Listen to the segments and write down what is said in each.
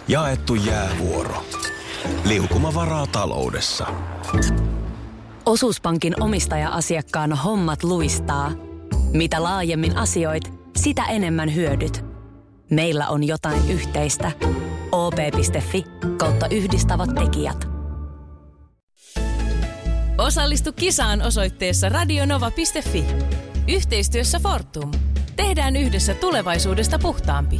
Jaettu jäävuoro. Liukumavaraa taloudessa. Osuuspankin omistaja-asiakkaan hommat luistaa. Mitä laajemmin asioit, sitä enemmän hyödyt. Meillä on jotain yhteistä. op.fi/yhdistävät tekijät. Osallistu kisaan osoitteessa radionova.fi. Yhteistyössä Fortum. Tehdään yhdessä tulevaisuudesta puhtaampi.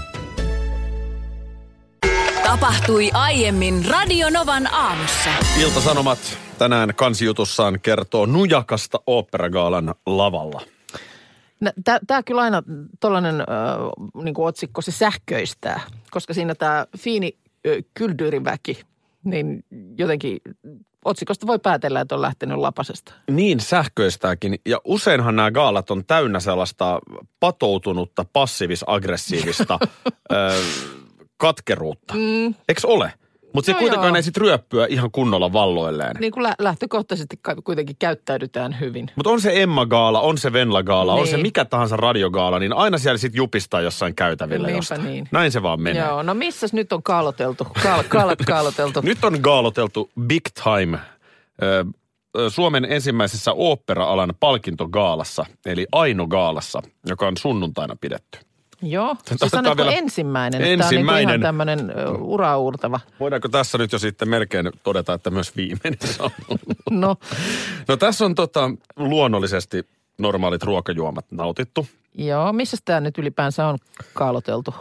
Tapahtui aiemmin Radionovan aamussa. Ilta-Sanomat tänään kansijutussaan kertoo nujakasta oopperagaalan lavalla. Tämä kyllä aina tuollainen niinku otsikko se sähköistää, koska siinä tämä fiini kyldyriväki, niin jotenkin otsikosta voi päätellä, että on lähtenyt lapasesta. Niin sähköistääkin, ja useinhan nämä gaalat on täynnä sellaista patoutunutta, passiivis-aggressiivista katkeruutta. Eikö ole? Mutta se kuitenkaan ei sitten ryöppyä ihan kunnolla valloilleen. Niin kuin lähtökohtaisesti kuitenkin käyttäydytään hyvin. Mutta on se Emma-gaala, on se Venla-gaala, niin. On se mikä tahansa radiogaala, niin aina siellä sitten jupistaa jossain käytävillä jostain. Niin. Näin se vaan menee. Joo, no missäs nyt on kaaloteltu? Kaaloteltu. Nyt on gaaloteltu big time Suomen ensimmäisessä ooppera-alan palkintogaalassa, eli Aino-gaalassa, joka on sunnuntaina pidetty. Joo, siis on vielä ensimmäinen. Tämä on niin ihan tämmöinen ura-uurtava. Voidaanko tässä nyt jo sitten melkein todeta, että myös viimeinen on ollut? No tässä on luonnollisesti normaalit ruokajuomat nautittu. Joo, missä tämä nyt ylipäänsä on kaaloteltu?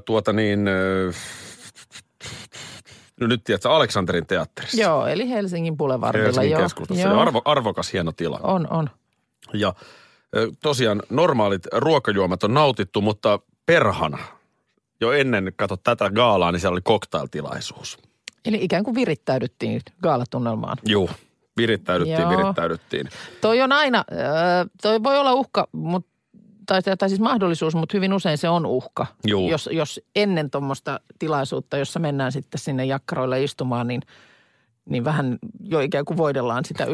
No nyt tiedätkö, Aleksanterin teatterissa. Joo, eli Helsingin Boulevardilla. Helsingin keskustassa. Arvokas hieno tila. On. Ja tosiaan normaalit ruokajuomat on nautittu, mutta perhana jo ennen tätä gaalaa, niin siellä oli cocktailtilaisuus. Eli ikään kuin virittäydyttiin gaalatunnelmaan. Joo, virittäydyttiin. Toi on aina, toi voi olla uhka, tai siis mahdollisuus, mutta hyvin usein se on uhka. Jos ennen tuommoista tilaisuutta, jossa mennään sitten sinne jakkaroille istumaan, niin vähän jo ikään kuin voidellaan sitä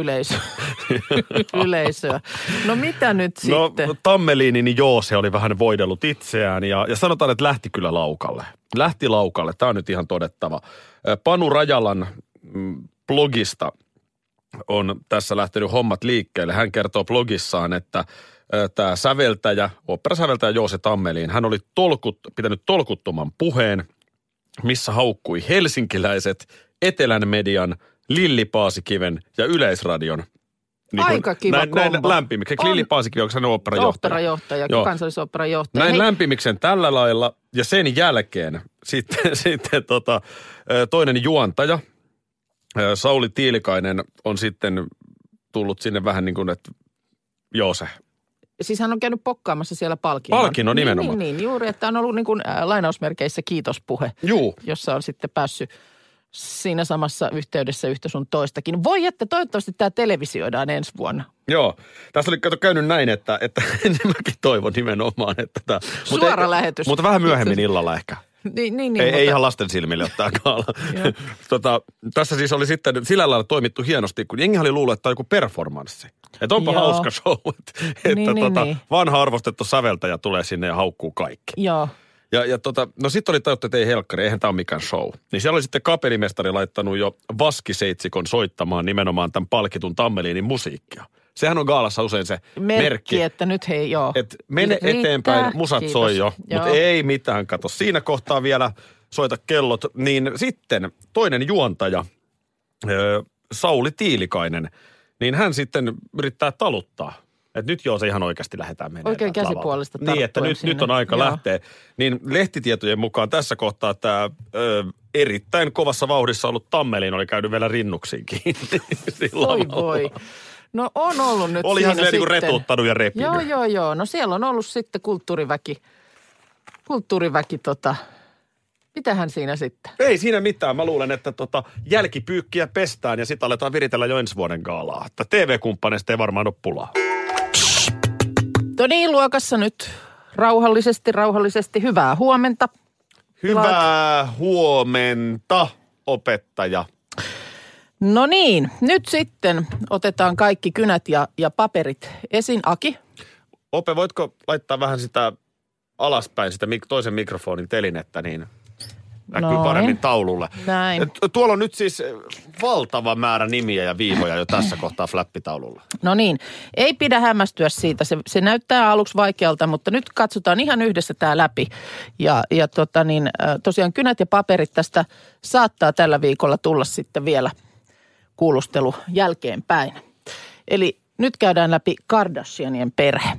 yleisöä. No mitä nyt sitten? No Tammeliini, niin se oli vähän voidellut itseään ja sanotaan, että lähti kyllä laukalle. Tämä on nyt ihan todettava. Panu Rajalan blogista on tässä lähtenyt hommat liikkeelle. Hän kertoo blogissaan, että tämä oopperasäveltäjä Joose Tammeliin, hän oli pitänyt tolkuttoman puheen, missä haukkui helsinkiläiset, Etelän median, Lilli Paasikiven ja Yleisradion. Niin aika kiva kombo. Näin lämpimiksen. Lilli Paasikivi, onko hän oopperajohtaja, kansallisooperajohtaja. Näin lämpimiksen tällä lailla ja sen jälkeen sitten toinen juontaja, Sauli Tiilikainen, on sitten tullut sinne vähän niin kuin, että Joose. Siis hän on käynyt pokkaamassa siellä palkinnon. Palkinnon nimenomaan. Niin, juuri, että on ollut niin kuin lainausmerkeissä kiitospuhe, jossa on sitten päässyt siinä samassa yhteydessä yhtä sun toistakin. Voi, että toivottavasti tämä televisioidaan ensi vuonna. Joo, tässä oli käynyt näin, että mäkin toivon nimenomaan, että tämä. Suora lähetys. Mutta vähän myöhemmin illalla ehkä. Niin, ei ihan lasten silmille ottaa gaala. Tässä siis oli sitten sillä lailla toimittu hienosti, kun jengi oli luullut, että tämä on joku performanssi. Että onpa hauska show, että vanha arvostettu säveltäjä tulee sinne ja haukkuu kaikki. Joo. No sitten oli tajuttu, että ei helkkari, eihän tämä ole mikään show. Niin siellä oli sitten kapellimestari laittanut jo vaskiseitsikon soittamaan nimenomaan tämän palkitun Tammeliinin musiikkia. Sehän on gaalassa usein se merkki. Että nyt että mene eteenpäin, musat kiitos. Soi jo. Mutta ei mitään, kato. Siinä kohtaa vielä soita kellot. Niin sitten toinen juontaja, Sauli Tiilikainen, niin hän sitten yrittää taluttaa. Että nyt se ihan oikeasti lähdetään menemään. Oikein käsipuolesta tarttuen niin, että nyt on aika lähteä. Niin lehtitietojen mukaan tässä kohtaa tämä erittäin kovassa vauhdissa ollut Tammeliin oli käynyt vielä rinnuksiin kiinni. Voi. No on ollut nyt olihan siinä silleen niin kuin retuuttanut ja repinyt. Joo. No siellä on ollut sitten kulttuuriväki, mitähän siinä sitten? Ei siinä mitään. Mä luulen, että jälkipyykkiä pestään ja sitten aletaan viritellä jo ensi vuoden gaalaa. Että TV-kumppaneista ei varmaan ole pulaa. No niin, luokassa nyt rauhallisesti. Hyvää huomenta. Hyvää huomenta, opettaja. No niin, nyt sitten otetaan kaikki kynät ja paperit esiin. Aki? Ope, voitko laittaa vähän sitä alaspäin, sitä toisen mikrofonin telinettä, niin näkyy paremmin taululle. Näin. Tuolla on nyt siis valtava määrä nimiä ja viivoja jo tässä kohtaa flappitaululla. No niin, ei pidä hämmästyä siitä. Se näyttää aluksi vaikealta, mutta nyt katsotaan ihan yhdessä tämä läpi. Ja tosiaan kynät ja paperit tästä saattaa tällä viikolla tulla sitten vielä kuulustelu jälkeenpäin. Eli nyt käydään läpi Kardashianien perhe.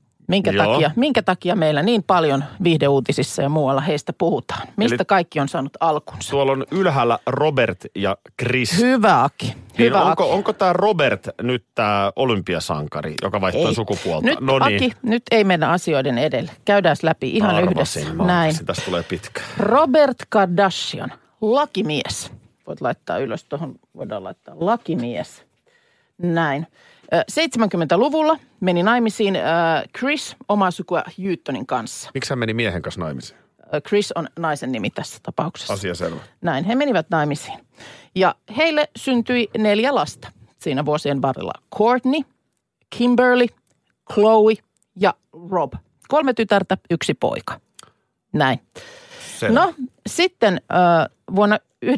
Minkä takia meillä niin paljon viihdeuutisissa ja muualla heistä puhutaan? Mistä kaikki on saanut alkunsa? Tuolla on ylhäällä Robert ja Chris. Hyvä Aki. Onko tämä Robert nyt tämä olympiasankari, joka vaihtoi sukupuolta? Nyt, Aki, nyt ei mennä asioiden edelle. Käydään läpi ihan yhdessä. Näin. Tästä tulee pitkä. Robert Kardashian, lakimies. Voit laittaa ylös tuohon, voidaan laittaa lakimies. Näin. 70-luvulla meni naimisiin Chris omaa sukua Houghtonin kanssa. Miksi hän meni miehen kanssa naimisiin? Chris on naisen nimi tässä tapauksessa. Asia selvä. Näin, he menivät naimisiin. Ja heille syntyi 4 lasta siinä vuosien varrella. Kourtney, Kimberly, Khloe ja Rob. 3 tytärtä, 1 poika. Näin. Selvä. No sitten vuonna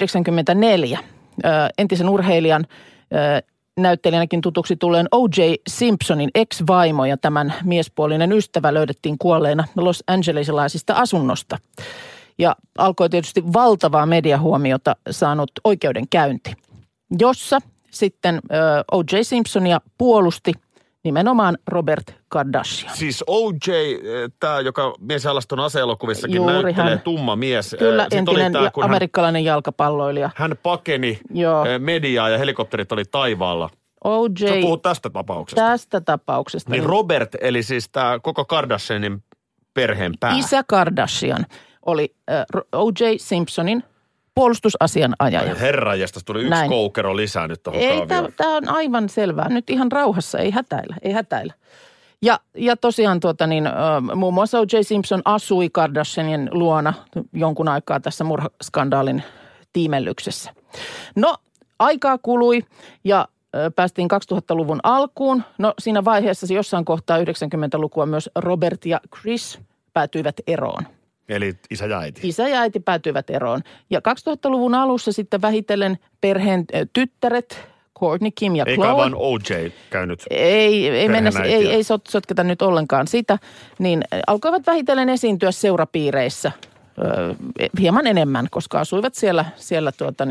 1994 entisen urheilijan näyttelijänäkin tutuksi tulleen O.J. Simpsonin ex-vaimo ja tämän miespuolinen ystävä löydettiin kuolleena Los Angelesilaisista asunnosta. Ja alkoi tietysti valtavaa mediahuomiota saanut oikeudenkäynti, jossa sitten O.J. Simpsonia puolusti nimenomaan Robert Kardashian. Siis O.J., tämä, joka Miesalaston ase-elokuvissakin näyttelee tumma mies. Kyllä, entinen amerikkalainen jalkapalloilija. Hän pakeni mediaa ja helikopterit oli taivaalla. O.J. Sä puhut tästä tapauksesta. Tästä tapauksesta. Niin Robert, eli siis tämä koko Kardashianin perheen pää. Isä Kardashian oli O.J. Simpsonin puolustusasianajaja. Herranjestas, tuli 1 koukero lisää nyt tuohon kaavioon. Tämä on aivan selvää. Nyt ihan rauhassa, ei hätäillä. Ja tosiaan muun muassa O.J. Simpson asui Kardashianien luona jonkun aikaa tässä murhaskandaalin tiimellyksessä. No, aikaa kului ja päästiin 2000-luvun alkuun. No, siinä vaiheessa jossain kohtaa 90-lukua myös Robert ja Chris päätyivät eroon. Eli isä ja äiti. Isä ja äiti päätyivät eroon. Ja 2000-luvun alussa sitten vähitellen perheen tyttäret, Kourtney, Kim ja Khloe. Eikä vaan O.J. käynyt ei sotketa nyt ollenkaan sitä. Niin alkoivat vähitellen esiintyä seurapiireissä hieman enemmän, koska asuivat siellä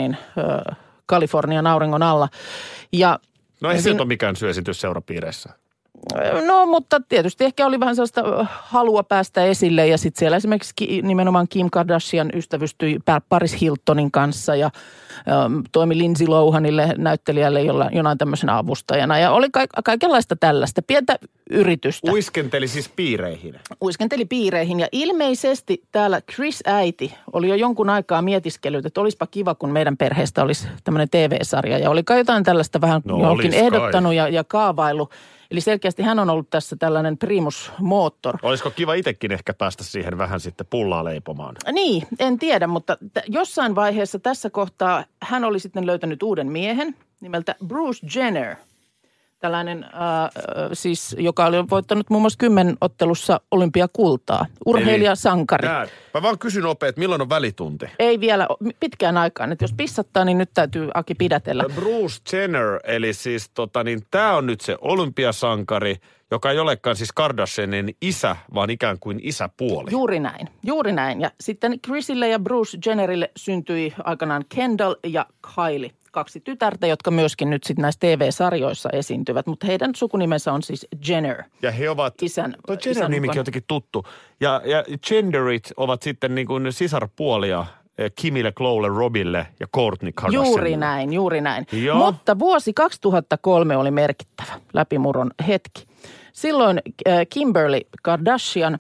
Kalifornian auringon alla. No ei se ole mikään syy esitys seurapiireissä. No, mutta tietysti ehkä oli vähän sellaista halua päästä esille ja sitten siellä esimerkiksi nimenomaan Kim Kardashian ystävystyi Paris Hiltonin kanssa ja toimi Lindsay Lohanille näyttelijälle jonain tämmöisenä avustajana ja oli kaikenlaista tällaista pientä yritystä. Uiskenteli siis piireihin. Uiskenteli piireihin ja ilmeisesti täällä Chris äiti oli jo jonkun aikaa mietiskellyt, että olisipa kiva, kun meidän perheestä olisi tämmöinen TV-sarja ja oli kai jotain tällaista vähän johonkin ehdottanut ja kaavailu. Eli selkeästi hän on ollut tässä tällainen primus motor. Olisiko kiva itsekin ehkä päästä siihen vähän sitten pullaa leipomaan? Niin, en tiedä, mutta jossain vaiheessa tässä kohtaa hän oli sitten löytänyt uuden miehen nimeltä Bruce Jenner. Tällainen siis, joka oli voittanut muun muassa 10-ottelussa olympiakultaa. Urheilijasankari. Mä vaan kysyn nopeasti, milloin on välitunti? Ei vielä pitkään aikaan. Että jos pissattaa, niin nyt täytyy Aki pidätellä. Bruce Jenner, eli siis tää on nyt se olympiasankari, joka ei olekaan siis Kardashianin isä, vaan ikään kuin isäpuoli. Juuri näin. Ja sitten Chrisille ja Bruce Jennerille syntyi aikanaan Kendall ja Kylie. 2 tytärtä, jotka myöskin nyt sitten näissä TV-sarjoissa esiintyvät, mutta heidän sukunimensä on siis Jenner. Ja he ovat, tuo Jenner-nimikin on jotenkin tuttu. Ja genderit ovat sitten niin kuin sisarpuolia Kimille, Khloelle, Robille ja Kourtney Kardashianille. Juuri näin. Joo. Mutta vuosi 2003 oli merkittävä läpimurron hetki. Silloin Kimberly Kardashian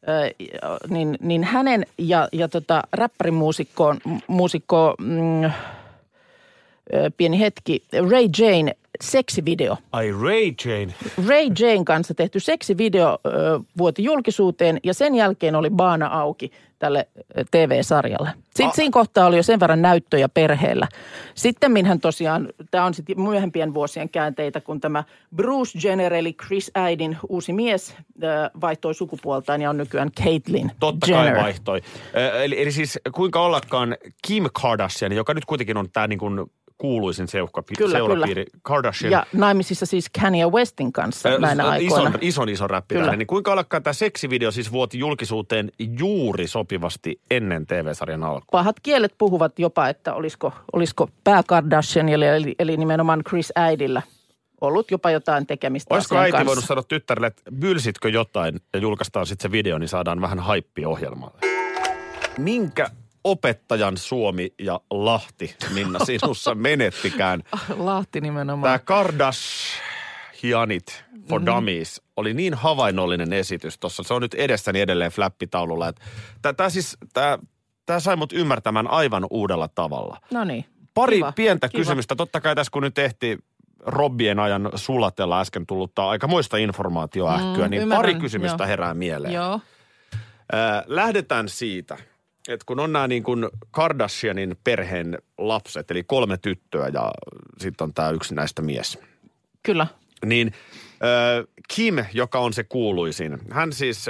niin hänen ja räppärimuusikko pieni hetki, Ray J seksivideo. Ai Ray J. Ray Jn kanssa tehty seksivideo vuoti julkisuuteen ja sen jälkeen oli baana auki tälle TV-sarjalle. Sitten siinä kohtaa oli jo sen verran näyttöjä perheellä. Sitten minhän tosiaan, tämä on sitten myöhempien vuosien käänteitä, kun tämä Bruce Jenner eli Kris äidin uusi mies vaihtoi sukupuoltaan ja on nykyään Caitlyn Totta Jenner. kai vaihtoi. Eli siis kuinka ollakaan Kim Kardashian, joka nyt kuitenkin on tämä niin kuin kuuluisin seurapiiri Kardashian. Ja naimisissa siis Kanye Westin kanssa näinä aikoina. Ison räppiläinen. Niin kuinka ollakaan tämä seksivideo siis vuoti julkisuuteen juuri sopivasti ennen TV-sarjan alkua? Pahat kielet puhuvat jopa, että olisiko pää Kardashianilla, eli nimenomaan Kris äidillä ollut jopa jotain tekemistä olisiko asian äiti kanssa. voinut sanoa tyttärelle, että bylsitkö jotain ja julkaistaan sitten se video, niin saadaan vähän haippia ohjelmalle. Minkä opettajan Suomi ja Lahti, Minna, sinussa menettikään? Lahti nimenomaan. Tämä Kardashianit for Dummies oli niin havainnollinen esitys tuossa. Se on nyt edessäni edelleen flappitaululla. Tämä sai mut ymmärtämään aivan uudella tavalla. No niin. Pari Kiva. pientä kysymystä. Totta kai tässä kun nyt ehti Robbien ajan sulatella äsken tulluttaa aikamoista informaatioähkyä, niin ymmärrän, pari kysymystä joo. herää mieleen. Joo. Lähdetään siitä, että kun on nämä niin kuin Kardashianin perheen lapset, eli 3 tyttöä ja sitten on tämä yksi näistä mies. Kyllä. Niin Kim, joka on se kuuluisin, hän siis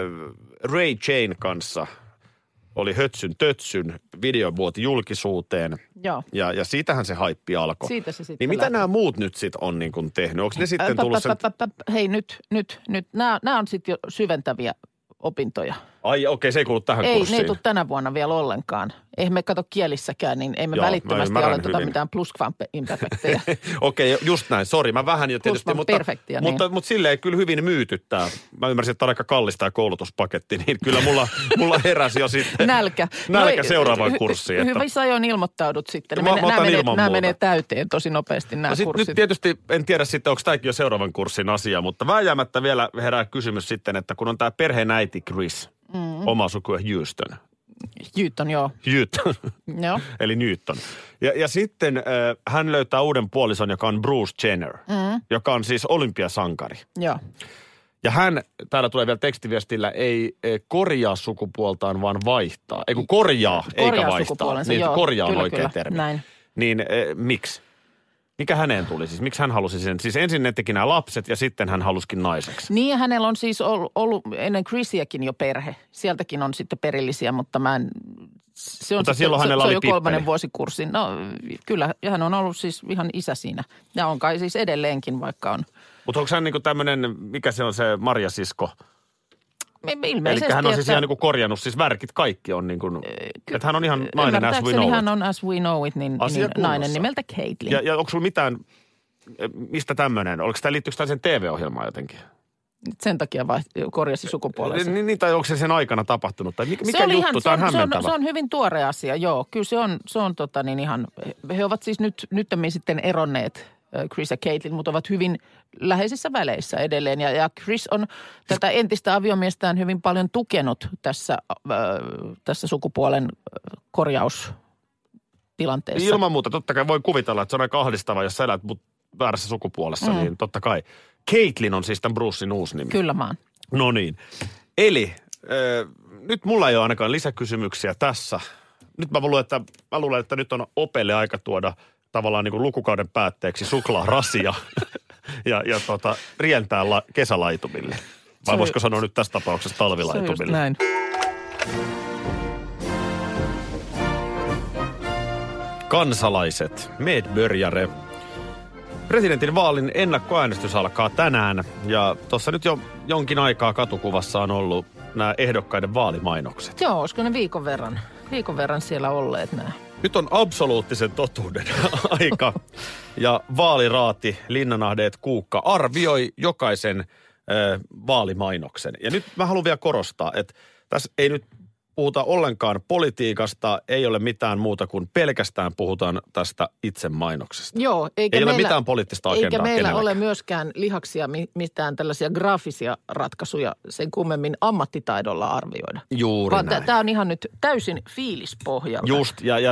Ray Jane kanssa oli hötsyn tötsyn, video vuoti julkisuuteen. Joo. Ja siitähän se haippi alkoi. Siitä se sitten niin mitä nämä muut nyt sitten on niin kuin tehnyt? Onko ne sitten tullut sen... Hei nyt. Nämä on sitten jo syventäviä opintoja. Ai okei, se ei kuulu tähän Ei, kurssiin. ne ei tule tänä vuonna vielä ollenkaan. Eihän me kato kielissäkään, niin ei me Joo, välittömästi mä ymmärrän aloiteta hyvin. mitään pluskwamp-imperfektejä. Okei, just näin. Sori, mä vähän jo tietysti, Perfektiä, niin. mutta silleen kyllä hyvin myytyttää. Mä ymmärsin, että on aika kallista ja koulutuspaketti, niin kyllä mulla heräsi jo sitten Nälkä seuraavaan kurssiin. Että... Hyvissä ajoin ilmoittauduit sitten. Mä otan ilman Nämä muuta. menee täyteen tosi nopeasti nämä kurssit. Nyt tietysti en tiedä sitten, onko tämäkin jo seuraavan kurssin asia, mutta vääjäämättä vielä herää kysymys sitten, että kun on tämä perheenäiti Kris, oma suku Houston. Newton, joo. Newton. Joo. Eli Newton. Ja sitten hän löytää uuden puolison, joka on Bruce Jenner, joka on siis olympiasankari. Joo. Ja hän, täällä tulee vielä tekstiviestillä, ei korjaa sukupuoltaan, vaan vaihtaa. Ei kun korjaa eikä vaihtaa. sukupuolensa, Niin, joo. korjaa on Kyllä, oikea kyllä. termi. Näin. Niin miksi? Mikä häneen tuli siis? Miksi hän halusi sen? Siis ensin ne teki nämä lapset ja sitten hän halusikin naiseksi. Niin, hänellä on siis ollut ennen Chrisiäkin jo perhe. Sieltäkin on sitten perillisiä, mutta mä en... Mutta silloin hänellä oli jo 3. pippeli. vuosikurssi. No kyllä, ja hän on ollut siis ihan isä siinä. Ja on kai siis edelleenkin, vaikka on... Mutta onko hän niinku tämmöinen, mikä se on se Marja-sisko? Ilmeisesti, Eli hän on siis ihan niinku korjannut, siis värkit kaikki on niinku, että hän on ihan nainen as we know it. hän on as we know it, niin nainen nimeltä Caitlyn. Ja onko sulla mitään, mistä tämmöinen, liittyykö tämä sen TV-ohjelmaan jotenkin? Sen takia korjasi sukupuolensa. Niin, tai onko se sen aikana tapahtunut? Tai mikä Se on juttu? Tämä on hämmentävä. Se on hyvin tuore asia, joo. Kyllä se on ihan, he ovat siis nyttemmin sitten eronneet, Kris ja Caitlyn, mutta ovat hyvin läheisissä väleissä edelleen. Ja Kris on tätä entistä aviomiestään hyvin paljon tukenut tässä sukupuolen korjaustilanteessa. Ilman muuta, totta kai voi kuvitella, että se on aika ahdistava, jos sä elät väärässä sukupuolessa, niin totta kai. Caitlyn on siis tämän Brucein uusi nimi. Kyllä vaan. No niin. Eli nyt mulla ei ole ainakaan lisäkysymyksiä tässä. Nyt mä luulen, että nyt on Opelle aika tuoda tavallaan niin kuin lukukauden päätteeksi suklaarasia ja rientää kesälaitumille. Vai voisiko sanoa nyt tässä tapauksessa talvilaitumille? Se on just näin. Kansalaiset, medbörjare. Presidentin vaalin ennakkoäänestys alkaa tänään ja tuossa nyt jo jonkin aikaa katukuvassa on ollut nämä ehdokkaiden vaalimainokset. Joo, olisiko ne viikon verran siellä olleet nämä? Nyt on absoluuttisen totuuden aika ja vaaliraati Linnanahdeet Kuukka arvioi jokaisen vaalimainoksen. Ja nyt mä haluan vielä korostaa, että tässä ei nyt puhuta ollenkaan politiikasta, ei ole mitään muuta kuin pelkästään puhutaan tästä itse mainoksesta. Joo, ei ole mitään poliittista agendaa eikä meillä kenellekään. ole myöskään lihaksia mitään tällaisia graafisia ratkaisuja sen kummemmin ammattitaidolla arvioida. Juuri vaan näin. Tämä on ihan nyt täysin fiilispohjalta. Just, ja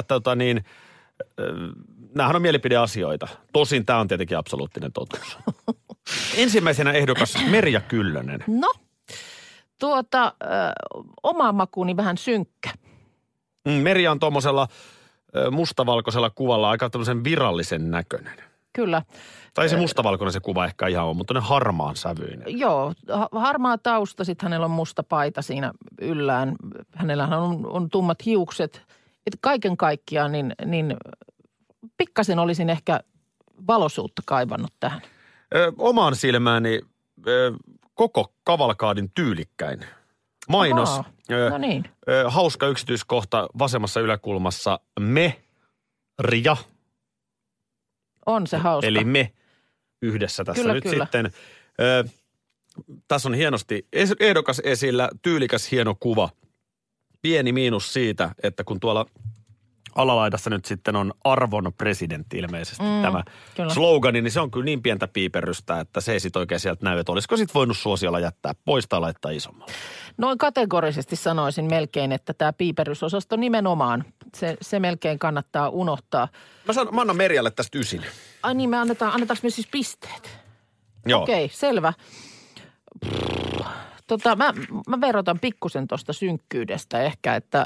näähän on mielipideasioita. Tosin tämä on tietenkin absoluuttinen totuus. Ensimmäisenä ehdokas Merja Kyllönen. No, oma makuuni vähän synkkä. Merja on tuommoisella mustavalkoisella kuvalla aika tämmöisen virallisen näköinen. Kyllä. Tai se mustavalkoinen se kuva ehkä ihan on, mutta ne harmaan sävyinen. Joo, harmaa tausta, sitten hänellä on musta paita siinä yllään. Hänellähän on tummat hiukset. Et kaiken kaikkiaan niin pikkasen olisin ehkä valoisuutta kaivannut tähän. Omaan silmääni koko kavalkaadin tyylikkäin. Mainos. No niin. Hauska yksityiskohta vasemmassa yläkulmassa. Merja. On se hauska. Eli me yhdessä tässä kyllä, nyt kyllä. sitten. Tässä on hienosti ehdokas esillä, tyylikäs hieno kuva. Pieni miinus siitä, että kun tuolla alalaidassa nyt sitten on arvon presidentti ilmeisesti tämä kyllä. slogani, niin se on kyllä niin pientä piiperrystä, että se ei sit oikein sieltä näy, että olisiko sit voinut suosiolla jättää pois tai laittaa isommalle. Noin kategorisesti sanoisin melkein, että tämä piiperrysosasto nimenomaan, se melkein kannattaa unohtaa. Mä annan Merjalle tästä 9. Ai niin, annetaanko me siis pisteet? Joo. Okei, selvä. Mä verotan pikkusen tuosta synkkyydestä ehkä, että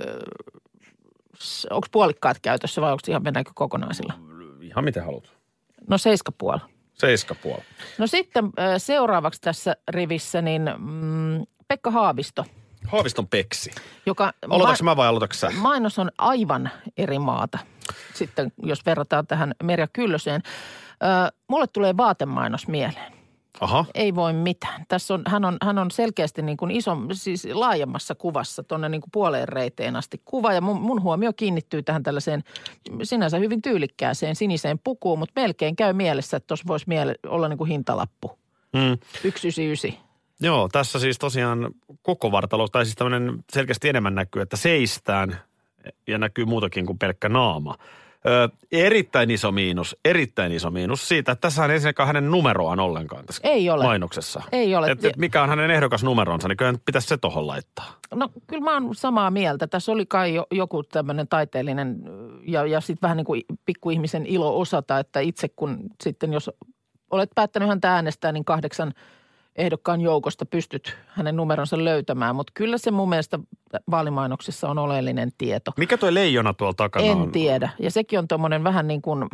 onko puolikkaat käytössä vai onko ihan mennäänkö kokonaisilla? Ihan miten haluat. No 7,5. 7,5. No sitten seuraavaksi tässä rivissä niin Pekka Haavisto. Haaviston Peksi. Joka Aloitatko mä vai aloitatko sä? Mainos on aivan eri maata. Sitten jos verrataan tähän Merja Kyllöseen. Mulle tulee vaatemainos mieleen. Aha. Ei voi mitään. Tässä hän on selkeästi niin kuin siis laajemmassa kuvassa tuonne niin kuin puoleen reiteen asti kuva. Ja mun huomio kiinnittyy tähän tällaiseen sinänsä hyvin tyylikkääseen siniseen pukuun, mutta melkein käy mielessä, että tuossa voisi olla niin kuin hintalappu. 199. Joo, tässä siis tosiaan koko vartalo, tai siis tämmöinen selkeästi enemmän näkyy, että seistään ja näkyy muutakin kuin pelkkä naama. Erittäin iso miinus siitä, että tässä ei ensinnäkään hänen numeroaan ollenkaan tässä ei ole. mainoksessa. Ei ole. Että mikä on hänen ehdokas numeronsa, niin kyllä pitäisi se tohon laittaa. No kyllä mä oon samaa mieltä. Tässä oli kai joku tämmöinen taiteellinen ja sitten vähän niin kuin pikkuihmisen ilo osata, että itse kun sitten jos olet päättänyt häntä äänestää, niin 8 ehdokkaan joukosta pystyt hänen numeronsa löytämään. Mutta kyllä se mun mielestä vaalimainoksessa on oleellinen tieto. Mikä toi leijona tuolla takana on? En tiedä. Ja sekin on tommonen vähän niin kuin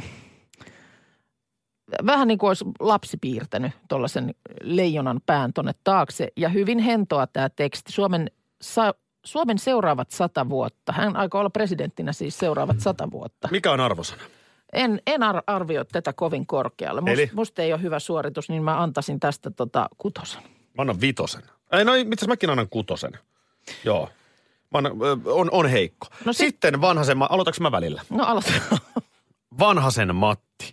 olisi lapsi piirtänyt tuollaisen leijonan pään tonne taakse. Ja hyvin hentoa tämä teksti. Suomen seuraavat 100 vuotta. Hän aikoo olla presidenttinä siis seuraavat 100 vuotta. Mikä on arvosana? En arvioi tätä kovin korkealle. Musta ei ole hyvä suoritus, niin mä antaisin tästä 6. Mä annan 5. No mitäs mäkin annan 6. Joo. On heikko. No sitten Vanhasen, aloitanko mä välillä? No aloita. Vanhasen Matti.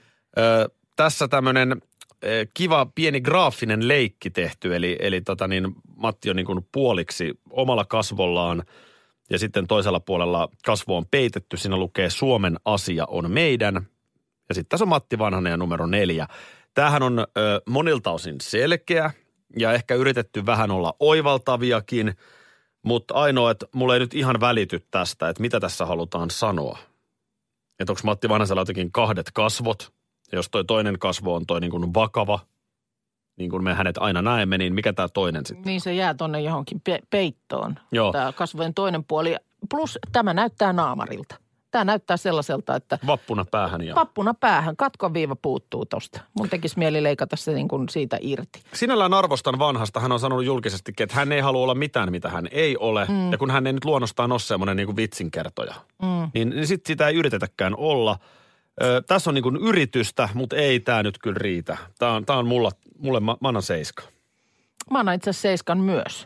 Tässä tämmöinen kiva pieni graafinen leikki tehty, eli Matti on niin kuin puoliksi omalla kasvollaan ja sitten toisella puolella kasvo on peitetty. Siinä lukee Suomen asia on meidän ja sitten tässä on Matti Vanhanen ja numero 4. Tämähän on monilta osin selkeä ja ehkä yritetty vähän olla oivaltaviakin, mutta ainoa, että mulla ei nyt ihan välity tästä, että mitä tässä halutaan sanoa. Että onko Matti Vanhasella jotenkin 2 kasvot, ja jos toi toinen kasvo on toi niin kuin vakava, niin kuin me hänet aina näemme, niin mikä tämä toinen sitten? Niin se jää tonne johonkin peittoon, Joo. tämä kasvojen toinen puoli. Plus tämä näyttää naamarilta. Tämä näyttää sellaiselta, että Vappuna päähän ja... Vappuna päähän. Katkoviiva puuttuu tosta. Mun tekisi mieli leikata se niin kuin siitä irti. Sinällään arvostan Vanhasta. Hän on sanonut julkisesti, että hän ei halua olla mitään, mitä hän ei ole. Ja kun hän ei nyt luonnostaan ole semmoinen niin kuin vitsinkertoja, niin sitten sitä ei yritetäkään olla. Tässä on niin kuin yritystä, mutta ei tämä nyt kyllä riitä. Tämä on mulle mä annan 7. Mä annan itse asiassa 7 myös.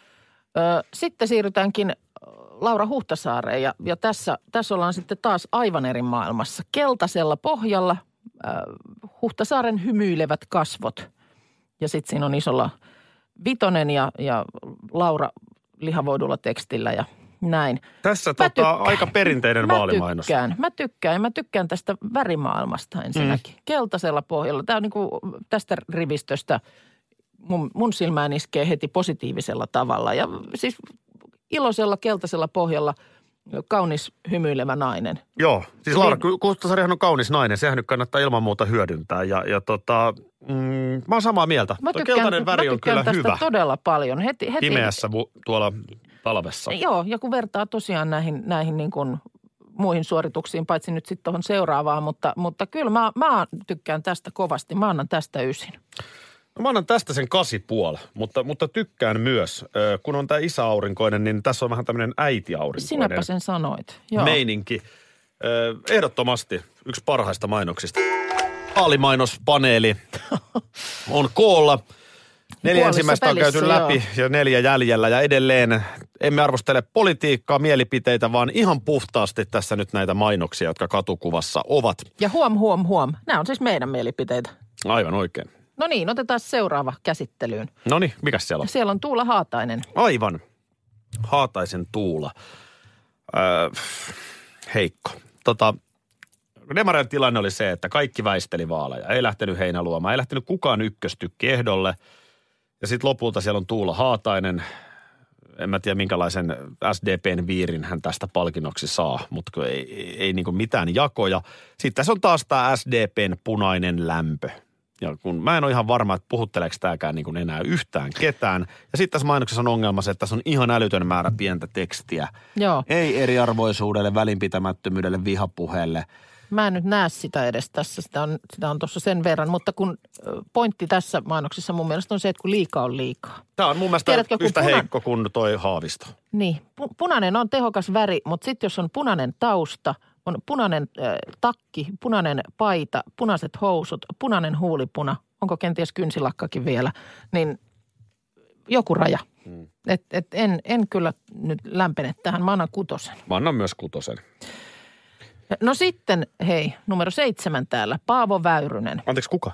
Sitten siirrytäänkin Laura Huhtasaareen ja tässä ollaan sitten taas aivan eri maailmassa. Keltaisella pohjalla Huhtasaaren hymyilevät kasvot ja sitten siinä on isolla 5 ja Laura lihavoidulla tekstillä ja näin. Tässä aika perinteinen vaalimainos. Mä tykkään tästä värimaailmasta ensinnäkin. Keltaisella pohjalla. Tämä on niin kuin tästä rivistöstä mun silmään iskee heti positiivisella tavalla ja siis iloisella keltaisella pohjalla kaunis hymyilevä nainen. Joo, siis Laura Huhtasaarihan on kaunis nainen. Sehän nyt kannattaa ilman muuta hyödyntää mä oon samaa mieltä. Tuo keltainen väri on kyllä hyvä. Mä tykkään tästä todella paljon. Heti pimeässä tuolla talvessa. Joo, ja kun vertaa tosiaan näihin niin kuin muihin suorituksiin, paitsi nyt sitten tuohon seuraavaan, mutta kyllä mä tykkään tästä kovasti. Mä annan tästä 9. No mä annan tästä sen 8,5, mutta tykkään myös. Kun on tämä isäaurinkoinen, niin tässä on vähän tämmöinen äitiaurinkoinen. Sinäpä sen sanoit. Joo. Meininki. Ehdottomasti yksi parhaista mainoksista. Vaalimainospaneeli on koolla. 4 ensimmäistä on käyty läpi ja 4 jäljellä ja edelleen emme arvostele politiikkaa, mielipiteitä, vaan ihan puhtaasti tässä nyt näitä mainoksia, jotka katukuvassa ovat. Ja huom. Nämä on siis meidän mielipiteitä. Aivan oikein. No niin, otetaan seuraava käsittelyyn. No niin, mikäs siellä on? Siellä on Tuula Haatainen. Aivan. Haataisen Tuula. Heikko. Demareiden tilanne oli se, että kaikki väisteli vaaleja. Ei lähtenyt Heinäluomaan, ei lähtenyt kukaan ykköstykki ehdolle. Ja sitten lopulta siellä on Tuula Haatainen. En mä tiedä, minkälaisen SDPn viirin hän tästä palkinnoksi saa, mutta ei niin kuin mitään jakoja. Sitten tässä on taas tämä SDPn punainen lämpö. Ja kun mä en ole ihan varma, että puhutteleeko tämäkään niin kuin enää yhtään ketään. Ja sitten tässä mainoksessa on ongelma se, että tässä on ihan älytön määrä pientä tekstiä. Joo. Ei eriarvoisuudelle, välinpitämättömyydelle, vihapuheelle. Mä en nyt näe sitä edes tässä, sitä on tuossa sen verran, mutta kun pointti tässä mainoksessa mun mielestä on se, että kun liikaa on liikaa. Tämä on mun mielestä yhtä heikko kuin toi Haavisto. Niin, punainen on tehokas väri, mutta sitten jos on punainen tausta, on punainen takki, punainen paita, punaiset housut, punainen huulipuna, onko kenties kynsilakkakin vielä, niin joku raja. En kyllä nyt lämpene tähän, mä annan 6. Mä annan myös 6. No sitten, hei, numero 7 täällä, Paavo Väyrynen. Anteeksi, kuka?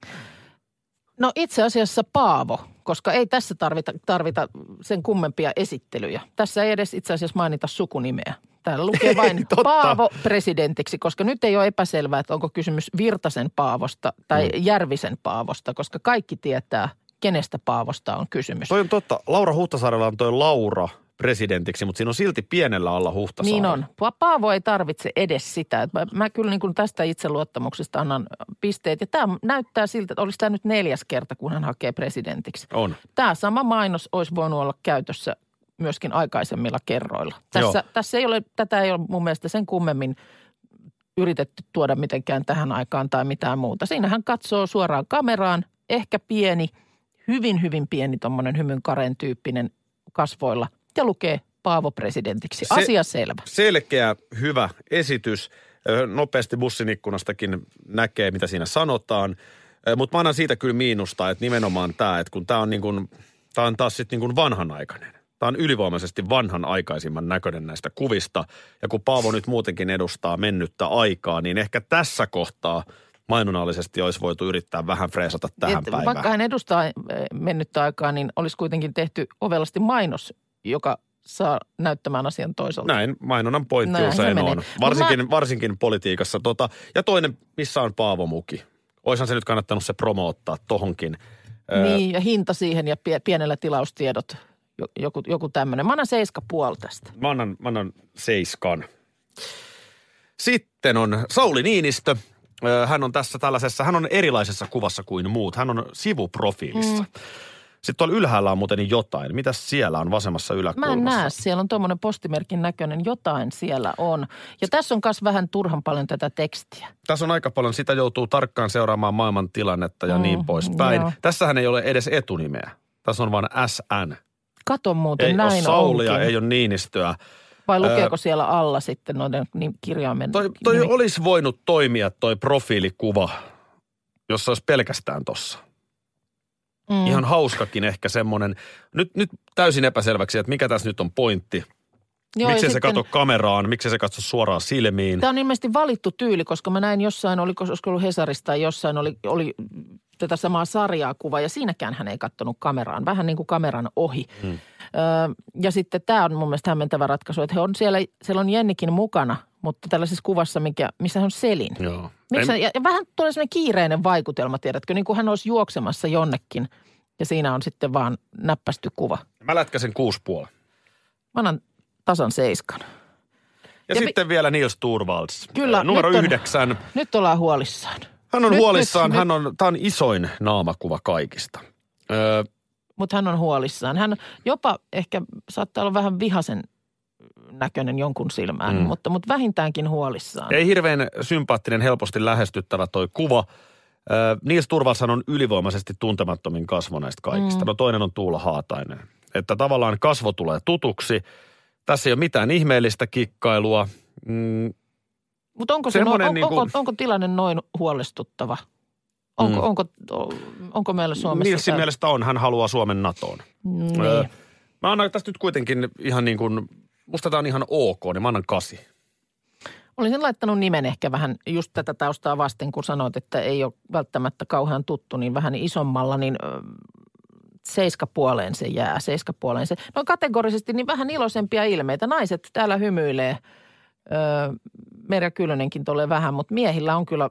No itse asiassa Paavo, koska ei tässä tarvita sen kummempia esittelyjä. Tässä ei edes itse asiassa mainita sukunimeä. Täällä lukee vain Paavo presidentiksi, koska nyt ei ole epäselvää, että onko kysymys Virtasen Paavosta tai Järvisen Paavosta, koska kaikki tietää, kenestä Paavosta on kysymys. Toi on totta. Laura Huhtasaarella on toi Laura presidentiksi, mutta siinä on silti pienellä alla Huhtasaari. Niin on. Paavo ei tarvitse edes sitä. Mä kyllä niin kuin tästä itseluottamuksesta annan pisteet. Ja tämä näyttää siltä, että olisi tämä nyt 4. kerta, kun hän hakee presidentiksi. On. Tämä sama mainos olisi voinut olla käytössä myöskin aikaisemmilla kerroilla. Tätä ei ole mun mielestä sen kummemmin yritetty tuoda mitenkään tähän aikaan tai mitään muuta. Siinä hän katsoo suoraan kameraan, ehkä pieni, hyvin pieni tommoinen hymyn karen tyyppinen kasvoilla ja lukee Paavo presidentiksi. Asia selvä. Selkeä, hyvä esitys. Nopeasti bussin ikkunastakin näkee, mitä siinä sanotaan. Mutta mä annan siitä kyllä miinusta, että nimenomaan tämä, että kun tämä on taas sitten niin kuin vanhanaikainen. Tämä on ylivoimaisesti vanhanaikaisimman näköinen näistä kuvista. Ja kun Paavo nyt muutenkin edustaa mennyttä aikaa, niin ehkä tässä kohtaa mainonnallisesti olisi voitu yrittää vähän freesata tähän päivään. Vaikka hän edustaa mennyttä aikaa, niin olisi kuitenkin tehty ovelasti mainos, joka saa näyttämään asian toisaalta. Näin mainonnan pointti usein on. Varsinkin politiikassa. Ja toinen, missä on Paavo muki? Oishan se nyt kannattanut se promoottaa tohonkin. Niin, ja hinta siihen ja pienellä tilaustiedot. Joku tämmöinen. Mä annan 7,5 tästä. Mä annan 7. Sitten on Sauli Niinistö. Hän on tässä tällaisessa, hän on erilaisessa kuvassa kuin muut. Hän on sivuprofiilissa. Sitten tuolla ylhäällä on muuten jotain. Mitäs siellä on vasemmassa yläkulmassa? Mä en näe. Siellä on tuommoinen postimerkin näköinen. Jotain siellä on. Ja tässä on myös vähän turhan paljon tätä tekstiä. Tässä on aika paljon. Sitä joutuu tarkkaan seuraamaan maailman tilannetta ja niin poispäin. Joo. Tässähän ei ole edes etunimeä. Tässä on vaan SN. Kato muuten, ei näin ole Saulia, onkin. Ei ole Niinistöä. Vai lukeeko siellä alla sitten noiden kirjaimen? Toi olisi voinut toimia toi profiilikuva, jos olisi pelkästään tossa. Ihan hauskakin ehkä semmoinen. Nyt täysin epäselväksi, että mikä tässä nyt on pointti. Miksei se katso kameraan, miksei se katso suoraan silmiin. Tämä on ilmeisesti valittu tyyli, koska mä näin jossain, olisiko ollut Hesarista tai jossain oli tätä samaa sarjaa kuva ja siinäkään hän ei katsonut kameraan, vähän niin kuin kameran ohi. Ja sitten tämä on mun mielestä hämmentävä ratkaisu, että siellä on Jennikin mukana, mutta tällaisessa kuvassa, missä hän on Selin. Joo. Ja vähän tulee sellainen kiireinen vaikutelma, tiedätkö, niin kuin hän olisi juoksemassa jonnekin ja siinä on sitten vaan näppästy kuva. Mä lätkäsen 6,5. Mä annan tasan 7. Ja sitten vielä Nils Torvalds. Kyllä. Numero 9. Nyt ollaan huolissaan. Hän on huolissaan. Tämä on isoin naamakuva kaikista. Mutta hän on huolissaan. Hän jopa ehkä saattaa olla vähän vihaisen näköinen jonkun silmään, mutta vähintäänkin huolissaan. Ei hirveän sympaattinen, helposti lähestyttävä toi kuva. Niils Turvalsan on ylivoimaisesti tuntemattomin kasvo näistä kaikista. No toinen on Tuula Haatainen. Että tavallaan kasvo tulee tutuksi. Tässä ei ole mitään ihmeellistä kikkailua. Mutta onko tilanne noin huolestuttava? Onko meillä Suomessa? Nielsin mielestä on. Hän haluaa Suomen NATOon. Niin. Mä annan tästä nyt kuitenkin ihan niin kuin, musta tää on ihan ok, niin mä annan 8. Olisin laittanut nimen ehkä vähän just tätä taustaa vasten, kun sanoit, että ei ole välttämättä kauhean tuttu, niin vähän isommalla, niin 7,5 se jää, 7,5 se. No kategorisesti niin vähän iloisempia ilmeitä. Naiset täällä hymyilee, Merja Kyllönenkin tulee vähän, mutta miehillä on kyllä,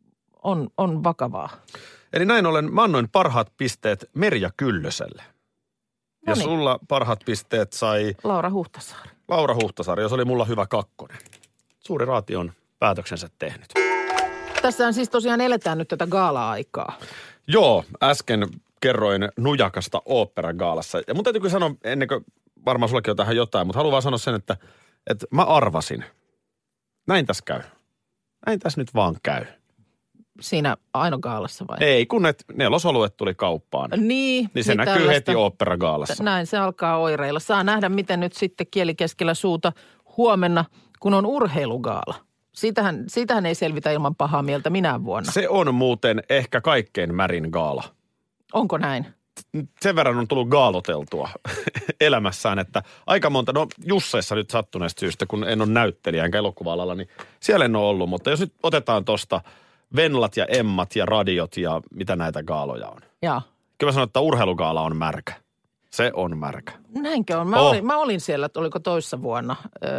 on vakavaa. Eli näin ollen mä annoin parhaat pisteet Merja Kyllöselle. Ja sulla parhaat pisteet sai Laura Huhtasaari. Laura Huhtasaari, jos oli mulla hyvä 2. Suuri raati on päätöksensä tehnyt. Tässä siis tosiaan eletään nyt tätä gaala-aikaa. Joo, äsken kerroin nujakasta oopperagaalassa. Ja mun täytyy kyllä sanoa, ennen kuin varmaan sullakin on tähän jotain, mutta haluan vaan sanoa sen, että mä arvasin. Näin tässä käy. Näin tässä nyt vaan käy. Siinä Aino-gaalassa vai? Ei, kun nelosoluet tuli kauppaan. Niin se näkyy heti oopperagaalassa. Näin se alkaa oireilla. Saa nähdä, miten nyt sitten kieli keskellä suuta huomenna, kun on urheilugaala. Siitähän ei selvitä ilman pahaa mieltä minä vuonna. Se on muuten ehkä kaikkein märin gaala. Onko näin? Sen verran on tullut gaaloteltua elämässään, että aika monta, no Jusseissa nyt sattuneesta syystä, kun en ole näyttelijä enkä elokuva-alalla, niin siellä en ole ollut. Mutta jos nyt otetaan tuosta Venlat ja Emmat ja Radiot ja mitä näitä gaaloja on. Joo. Kyllä mä sanon, että urheilugaala on märkä. Se on märkä. Näinkö on? Mä olin siellä, että oliko toissa vuonna.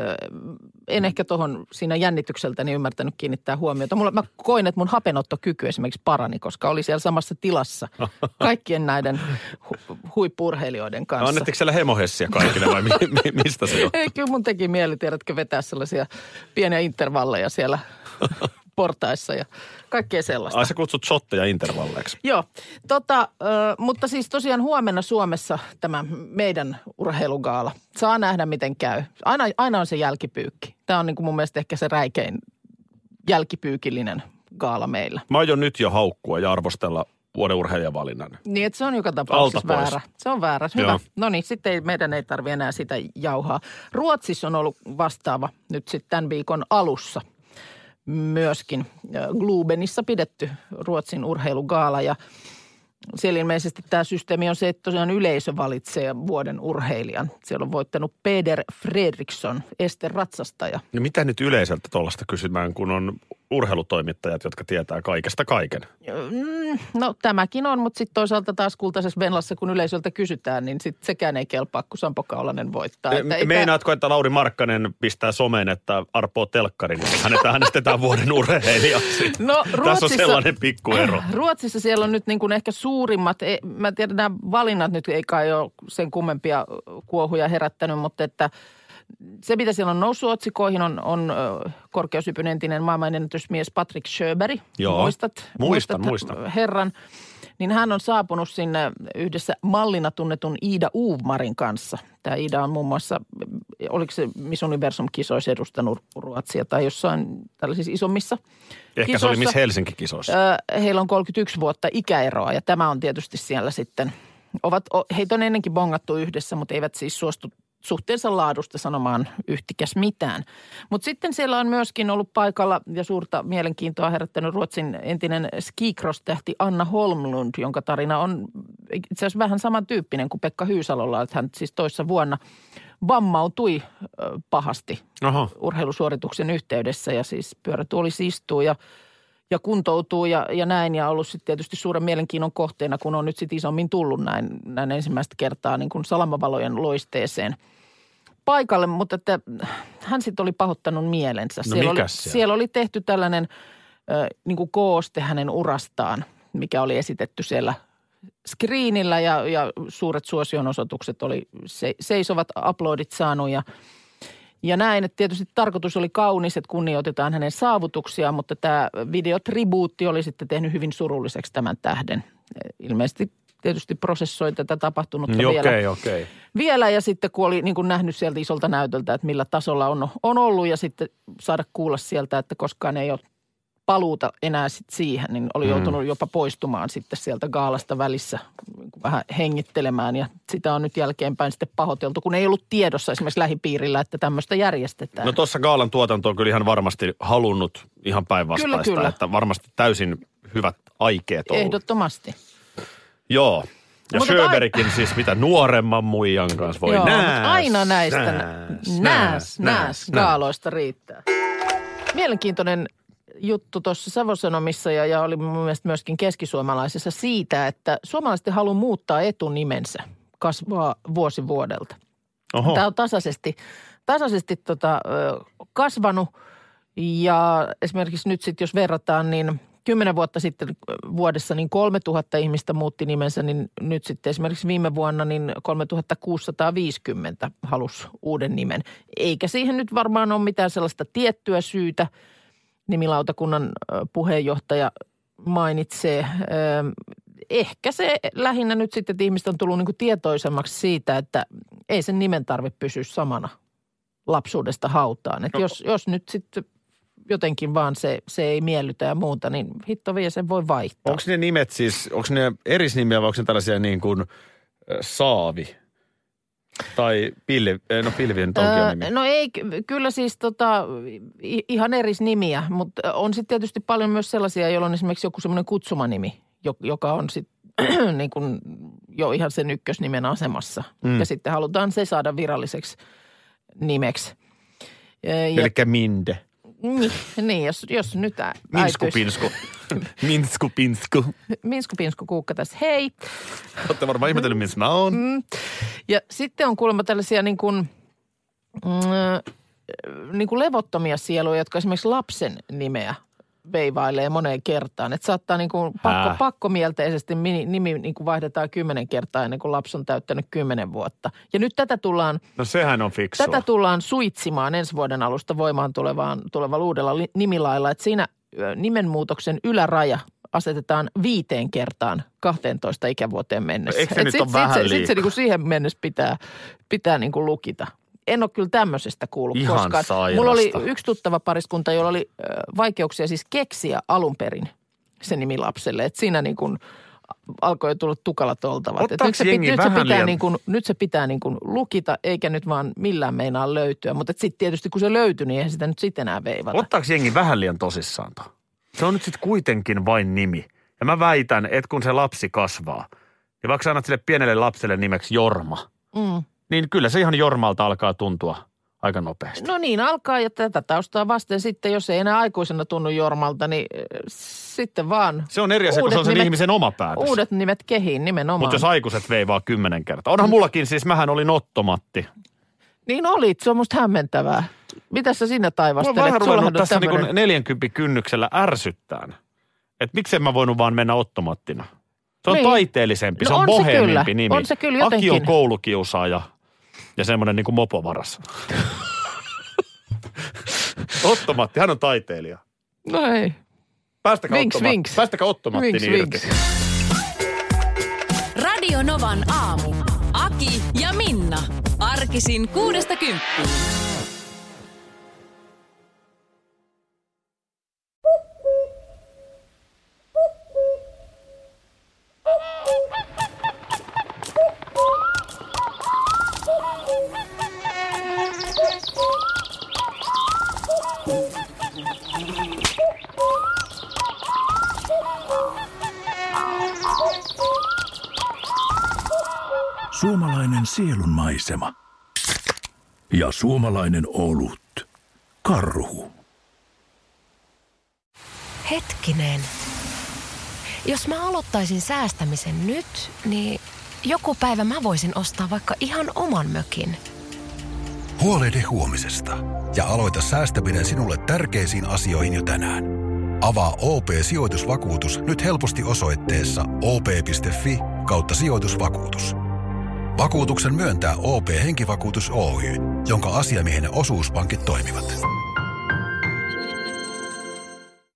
En ehkä tuohon siinä jännitykseltäni ymmärtänyt kiinnittää huomiota. Mä koin, että mun hapenottokyky esimerkiksi parani, koska oli siellä samassa tilassa kaikkien näiden huippu-urheilijoiden kanssa. No, annettiinko siellä hemohessia kaikille vai mistä se on? Ei, kyllä mun teki mieli, tiedätkö, vetää sellaisia pieniä intervalleja siellä portaissa ja kaikkea sellaista. Ai sä kutsut shotteja intervalleiksi. Joo, mutta siis tosiaan huomenna Suomessa tämä meidän urheilugaala. Saa nähdä miten käy. Aina on se jälkipyykki. Tämä on niin kuin mun mielestä ehkä se räikein jälkipyykillinen gaala meillä. Mä aion nyt jo haukkua ja arvostella vuoden urheilijavalinnan. Niin, että se on joka tapauksessa väärä. Se on väärä. Hyvä. No niin, sitten meidän ei tarvitse enää sitä jauhaa. Ruotsissa on ollut vastaava nyt sitten tämän viikon alussa. Myöskin Globenissa pidetty Ruotsin urheilugaala ja siellä ilmeisesti tämä systeemi on se, että tosiaan yleisö valitsee vuoden urheilijan. Siellä on voittanut Peder Fredriksson, esteratsastaja. No mitä nyt yleisöltä tuollaista kysymään, kun on urheilutoimittajat, jotka tietää kaikesta kaiken? No tämäkin on, mutta sitten toisaalta taas kultaisessa Venlassa, kun yleisöltä kysytään, niin sitten sekään ei kelpaa, kun Sampo Kaulanen voittaa. Meinaatko, että Lauri Markkanen pistää someen, että arpoo telkkarin, hänet äänestetään vuoden urheilijaksi? No, tässä on sellainen pikkuero. Ruotsissa siellä on nyt niin kuin ehkä suurimmat, mä tiedän, nämä valinnat nyt ei kai ole sen kummempia kuohuja herättänyt, mutta että se, mitä siellä on noussut otsikoihin, on korkeushypyn entinen maailmanennätysmies Patrick Sjöberg. Joo, muistan herran. Niin hän on saapunut sinne yhdessä mallina tunnetun Ida Uvmarin kanssa. Tämä Ida on muun muassa, oliko se Miss Universum-kisoissa edustanut Ruotsia tai jossain tällaisissa isommissa Ehkä kisoissa. Se oli Miss Helsinki-kisoissa. Heillä on 31 vuotta ikäeroa ja tämä on tietysti siellä sitten, heitä on ennenkin bongattu yhdessä, mutta eivät siis suostu suhteensa laadusta sanomaan yhtikäs mitään. Mutta sitten siellä on myöskin ollut paikalla ja suurta mielenkiintoa herättänyt Ruotsin entinen skicross-tähti Anna Holmlund, jonka tarina on itse asiassa vähän samantyyppinen kuin Pekka Hyysalolla, että hän siis toissa vuonna vammautui pahasti urheilusuorituksen yhteydessä ja siis pyörätuolissa istuu ja kuntoutuu ja näin ja ollut sitten tietysti suuren mielenkiinnon kohteena, kun on nyt sitten isommin tullut näin ensimmäistä kertaa niin kuin salamavalojen loisteeseen paikalle, mutta että hän sitten oli pahoittanut mielensä. No siellä oli tehty tällainen niin kuin kooste hänen urastaan, mikä oli esitetty siellä screenillä ja suuret suosionosoitukset oli seisovat uploadit saanut ja näin, että tietysti tarkoitus oli kaunis, että kunnioitetaan hänen saavutuksiaan, mutta tämä videotribuutti oli sitten tehnyt hyvin surulliseksi tämän tähden. Ilmeisesti tietysti prosessoi tätä tapahtunutta vielä. Ja sitten kun oli niin kuin nähnyt sieltä isolta näytöltä, että millä tasolla on ollut ja sitten saada kuulla sieltä, että koskaan ei ole paluuta enää sitten siihen, niin oli joutunut jopa poistumaan sitten sieltä gaalasta välissä vähän hengittelemään ja sitä on nyt jälkeenpäin sitten pahoiteltu, kun ei ollut tiedossa esimerkiksi lähipiirillä, että tämmöistä järjestetään. No tuossa gaalan tuotanto on kyllä ihan varmasti halunnut ihan päinvastaista, kyllä. Että varmasti täysin hyvät aikeet ollut. Ehdottomasti. Joo. Ja Sjöbergin siis mitä nuoremman muijan kanssa voi aina näistä gaaloista riittää. Mielenkiintoinen juttu tuossa Savosanomissa ja oli mun mielestä myöskin keskisuomalaisessa siitä, että suomalaiset haluaa muuttaa etunimensä, kasvaa vuosi vuodelta. Oho. Tämä on tasaisesti kasvanut ja esimerkiksi nyt sitten jos verrataan, niin 10 vuotta sitten vuodessa niin 3000 ihmistä muutti nimensä, niin nyt sitten esimerkiksi viime vuonna niin 3650 halusi uuden nimen. Eikä siihen nyt varmaan ole mitään sellaista tiettyä syytä. Nimilautakunnan puheenjohtaja mainitsee. Ehkä se lähinnä nyt sitten, että ihmiset on tullut niin kuin tietoisemmaksi siitä, että ei sen nimen tarvitse pysyä samana lapsuudesta hautaan. Että jos nyt sitten jotenkin vaan se ei miellytä ja muuta, niin hitto vie sen voi vaihtaa. Onko ne nimet siis, onko ne erisnimiä vai onko ne tällaisia niin kuin Saavi? Tai Pilvi nyt onkin nimi. No ei, kyllä siis ihan erisnimiä, mutta on sitten tietysti paljon myös sellaisia, joilla on esimerkiksi joku semmoinen kutsumanimi, joka on sitten niin kuin jo ihan sen ykkösnimen asemassa. Ja sitten halutaan se saada viralliseksi nimeksi. Elikkä Minde. Niin, jos nyt Minsku-pinsku. Minsku-pinsku. Minsku-pinsku kuukka tässä. Hei. Olette varmaan ihmetellyt, missä mä oon. Ja sitten on kuulemma tällaisia niin kuin levottomia sieluja, jotka esimerkiksi lapsen nimeä veivailee moneen kertaan. Että saattaa niin kuin pakkomielteisesti nimi niin kuin vaihdetaan 10 kertaa ennen kuin lapsi on täyttänyt 10 vuotta. Ja nyt tätä tullaan... No sehän on fiksua. Tätä tullaan suitsimaan ensi vuoden alusta voimaan tulevalla uudella nimilailla. Että siinä nimenmuutoksen yläraja asetetaan 5 kertaan 12 ikävuoteen mennessä. Eikö se nyt ole vähän liikaa? Sitten se niin kuin siihen mennessä pitää niin kuin lukita. En ole kyllä tämmöisestä kuullut ihan koskaan. sairasta. Mulla oli yksi tuttava pariskunta, jolla oli vaikeuksia siis keksiä alun perin se nimi lapselle. Että siinä niin kuin alkoi tulla tukalat oltavat. Nyt se pitää niin kuin lukita, eikä nyt vaan millään meinaa löytyä. Mutta sitten tietysti kun se löytyi, niin eihän sitä nyt sitten enää veivata. Ottaako jengi vähän liian tosissaan tuo? Se on nyt sitten kuitenkin vain nimi. Ja mä väitän, että kun se lapsi kasvaa, ja vaikka sä annat sille pienelle lapselle nimeksi Jorma, niin kyllä se ihan Jormalta alkaa tuntua aika nopeasti. No niin, alkaa ja tätä taustaa vasten sitten, jos ei enää aikuisena tunnu Jormalta, niin sitten vaan. Se on eri asia, kun se on sen ihmisen oma päätös. Uudet nimet kehiin nimenomaan. Mutta jos aikuiset veivaa 10 kertaa. Onhan mullakin siis, mähän olin Otto-Matti. Niin olit, se on musta hämmentävää. Mitä sä sinne taivastelet? Mä oon vähän ruvennut tässä niin kuin 40 kynnyksellä ärsyttään. Että miksei mä voinut vaan mennä Otto-Mattina. Se on taiteellisempi, se on bohemimpi nimi. On se kyllä jotenkin. Aki on koulukiusaaja ja semmoinen niin kuin mopovaras. Otto-Matti, hän on taiteilija. No ei. Päästäkää Otto-Matti irti. Radio Novan aamu. Aki ja Minna. Arkisin 6–10. Suomalainen sielunmaisema ja suomalainen olut. Karhu. Hetkinen. Jos mä aloittaisin säästämisen nyt, niin joku päivä mä voisin ostaa vaikka ihan oman mökin. Huolehdi huomisesta ja aloita säästäminen sinulle tärkeisiin asioihin jo tänään. Avaa OP-sijoitusvakuutus nyt helposti osoitteessa op.fi/sijoitusvakuutus. Vakuutuksen myöntää OP-henkivakuutus Oy, jonka asiamiehen osuuspankit toimivat.